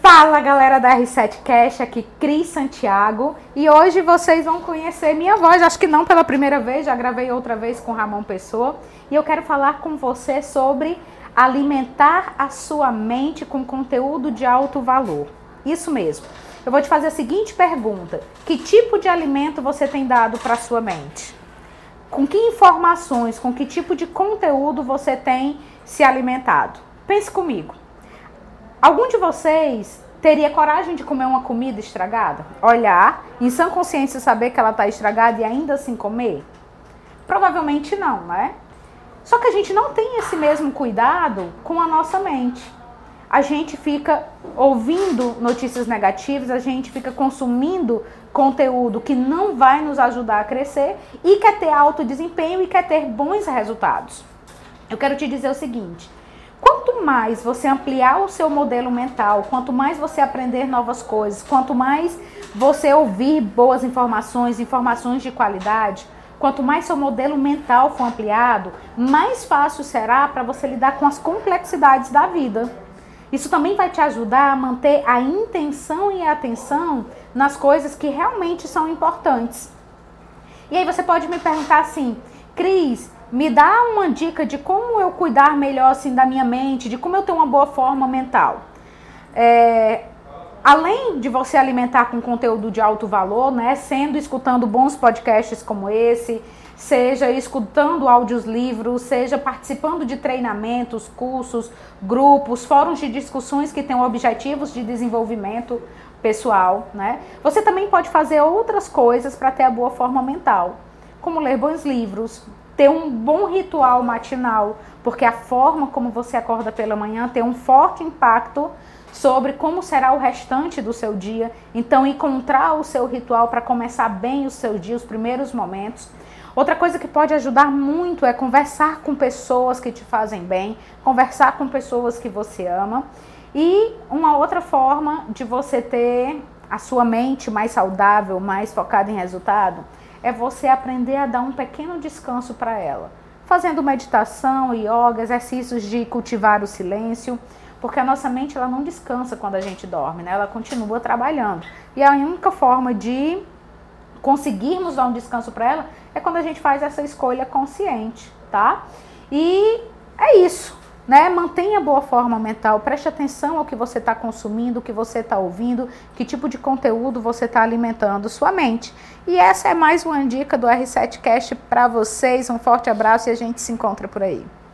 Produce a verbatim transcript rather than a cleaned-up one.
Fala galera da R sete Cast, aqui Cris Santiago, e hoje vocês vão conhecer minha voz, acho que não pela primeira vez, já gravei outra vez com Ramon Pessoa, e eu quero falar com você sobre alimentar a sua mente com conteúdo de alto valor. Isso mesmo, eu vou te fazer a seguinte pergunta: que tipo de alimento você tem dado para a sua mente? Com que informações, com que tipo de conteúdo você tem se alimentado? Pense comigo. Algum de vocês teria coragem de comer uma comida estragada? Olhar, em sã consciência saber que ela está estragada e ainda assim comer? Provavelmente não, né? Só que a gente não tem esse mesmo cuidado com a nossa mente. A gente fica ouvindo notícias negativas, a gente fica consumindo conteúdo que não vai nos ajudar a crescer e quer ter alto desempenho e quer ter bons resultados. Eu quero te dizer o seguinte: quanto mais você ampliar o seu modelo mental, quanto mais você aprender novas coisas, quanto mais você ouvir boas informações, informações de qualidade, quanto mais seu modelo mental for ampliado, mais fácil será para você lidar com as complexidades da vida. Isso também vai te ajudar a manter a intenção e a atenção nas coisas que realmente são importantes. E aí você pode me perguntar assim: Cris, me dá uma dica de como eu cuidar melhor assim da minha mente, de como eu ter uma boa forma mental. É, além de você alimentar com conteúdo de alto valor, né, sendo escutando bons podcasts como esse, seja escutando áudios, livros, seja participando de treinamentos, cursos, grupos, fóruns de discussões que tenham objetivos de desenvolvimento pessoal, né? Você também pode fazer outras coisas para ter a boa forma mental, como ler bons livros, ter um bom ritual matinal, porque a forma como você acorda pela manhã tem um forte impacto sobre como será o restante do seu dia. Então, encontrar o seu ritual para começar bem o seu dia, os primeiros momentos. Outra coisa que pode ajudar muito é conversar com pessoas que te fazem bem, conversar com pessoas que você ama. E uma outra forma de você ter a sua mente mais saudável, mais focada em resultado, é você aprender a dar um pequeno descanso para ela, fazendo meditação, yoga, exercícios de cultivar o silêncio, porque a nossa mente ela não descansa quando a gente dorme, né? Ela continua trabalhando. E a única forma de conseguirmos dar um descanso para ela é quando a gente faz essa escolha consciente, tá? E é isso, né? Mantenha boa forma mental, preste atenção ao que você está consumindo, o que você está ouvindo, que tipo de conteúdo você está alimentando sua mente. E essa é mais uma dica do R sete Cast para vocês. Um forte abraço e a gente se encontra por aí.